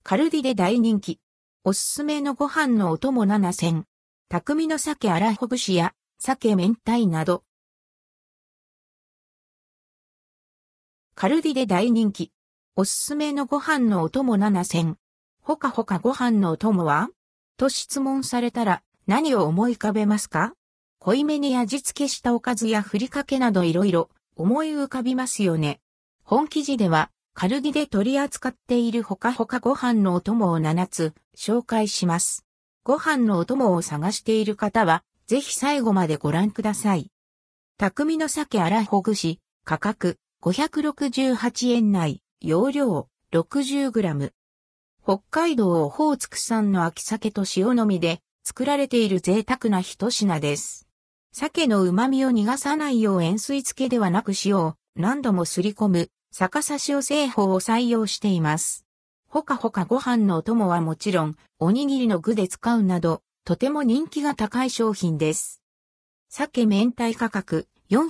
カルディで大人気。おすすめのご飯のお供7選。匠の鮭あらほぐしや鮭明太など。カルディで大人気。おすすめのご飯のお供7選。ほかほかご飯のお供はと質問されたら何を思い浮かべますか？濃いめに味付けしたおかずやふりかけなどいろいろ思い浮かびますよね。本記事ではカルディで取り扱っているほかほかご飯のお供を7つ紹介します。ご飯のお供を探している方はぜひ最後までご覧ください。匠の鮭あらほぐし、価格568円内、容量 60g。北海道オホーツク産の秋鮭と塩のみで作られている贅沢な一品です。鮭の旨味を逃がさないよう塩水漬けではなく塩を何度もすり込む逆さ塩製法を採用しています。ほかほかご飯のお供はもちろんおにぎりの具で使うなどとても人気が高い商品です。鮭明太価格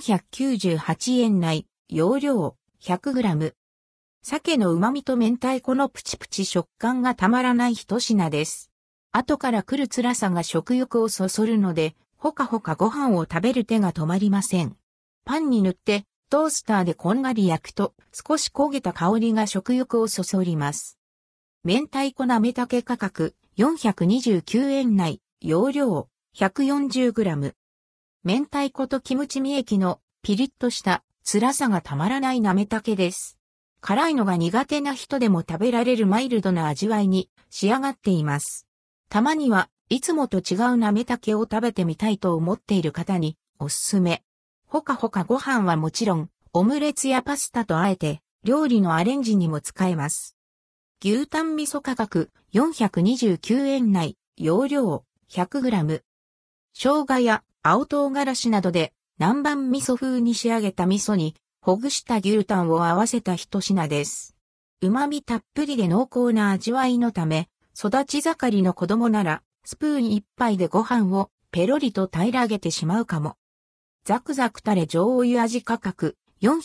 498円内、容量 100g。鮭の旨味と明太子のプチプチ食感がたまらない一品です。後から来る辛さが食欲をそそるので、ほかほかご飯を食べる手が止まりません。パンに塗ってトースターでこんがり焼くと少し焦げた香りが食欲をそそります。明太子なめたけ価格429円内、容量 140g。明太子とキムチ味液のピリッとした辛さがたまらないなめたけです。辛いのが苦手な人でも食べられるマイルドな味わいに仕上がっています。たまにはいつもと違うなめたけを食べてみたいと思っている方におすすめ。ほかほかご飯はもちろん、オムレツやパスタとあえて料理のアレンジにも使えます。牛タン味噌価格429円内、容量 100g。生姜や青唐辛子などで南蛮味噌風に仕上げた味噌にほぐした牛タンを合わせた一品です。旨味たっぷりで濃厚な味わいのため、育ち盛りの子供ならスプーン一杯でご飯をペロリと平らげてしまうかも。ザクザクタレ醤油味価格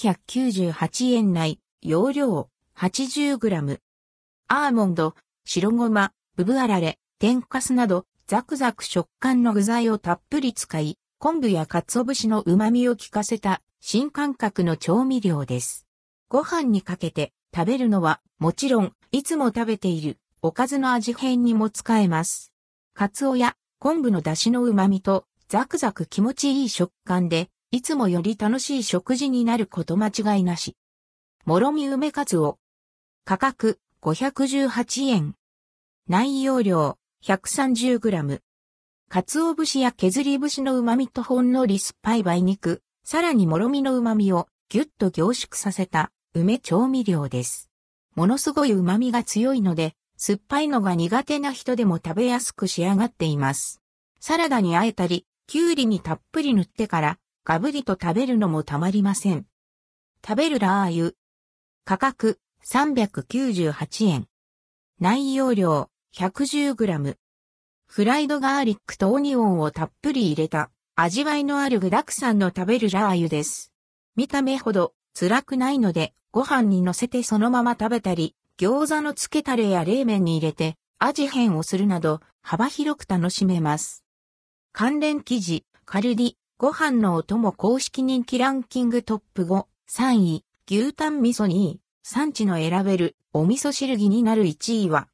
498円内、容量 80g。アーモンド、白ごま、ブブあられ、天かすなどザクザク食感の具材をたっぷり使い、昆布や鰹節の旨味を効かせた新感覚の調味料です。ご飯にかけて食べるのはもちろんいつも食べているおかずの味変にも使えます。鰹や昆布の出汁の旨味とザクザク気持ちいい食感でいつもより楽しい食事になること間違いなし。もろみ梅鰹。価格518円。内容量 130g。鰹節や削り節の旨味とほんのり酸っぱい梅肉、さらにもろみの旨味をぎゅっと凝縮させた梅調味料です。ものすごい旨味が強いので、酸っぱいのが苦手な人でも食べやすく仕上がっています。サラダに和えたり、きゅうりにたっぷり塗ってからガブリと食べるのもたまりません。食べるラー油。価格398円。内容量 110g。フライドガーリックとオニオンをたっぷり入れた味わいのある具沢山の食べるラー油です。見た目ほど辛くないのでご飯に乗せてそのまま食べたり、餃子のつけタレや冷麺に入れて味変をするなど幅広く楽しめます。関連記事、カルディ、ご飯のお供公式人気ランキングトップ5、3位、牛タン味噌2位、産地の選べるお味噌汁気になる1位は、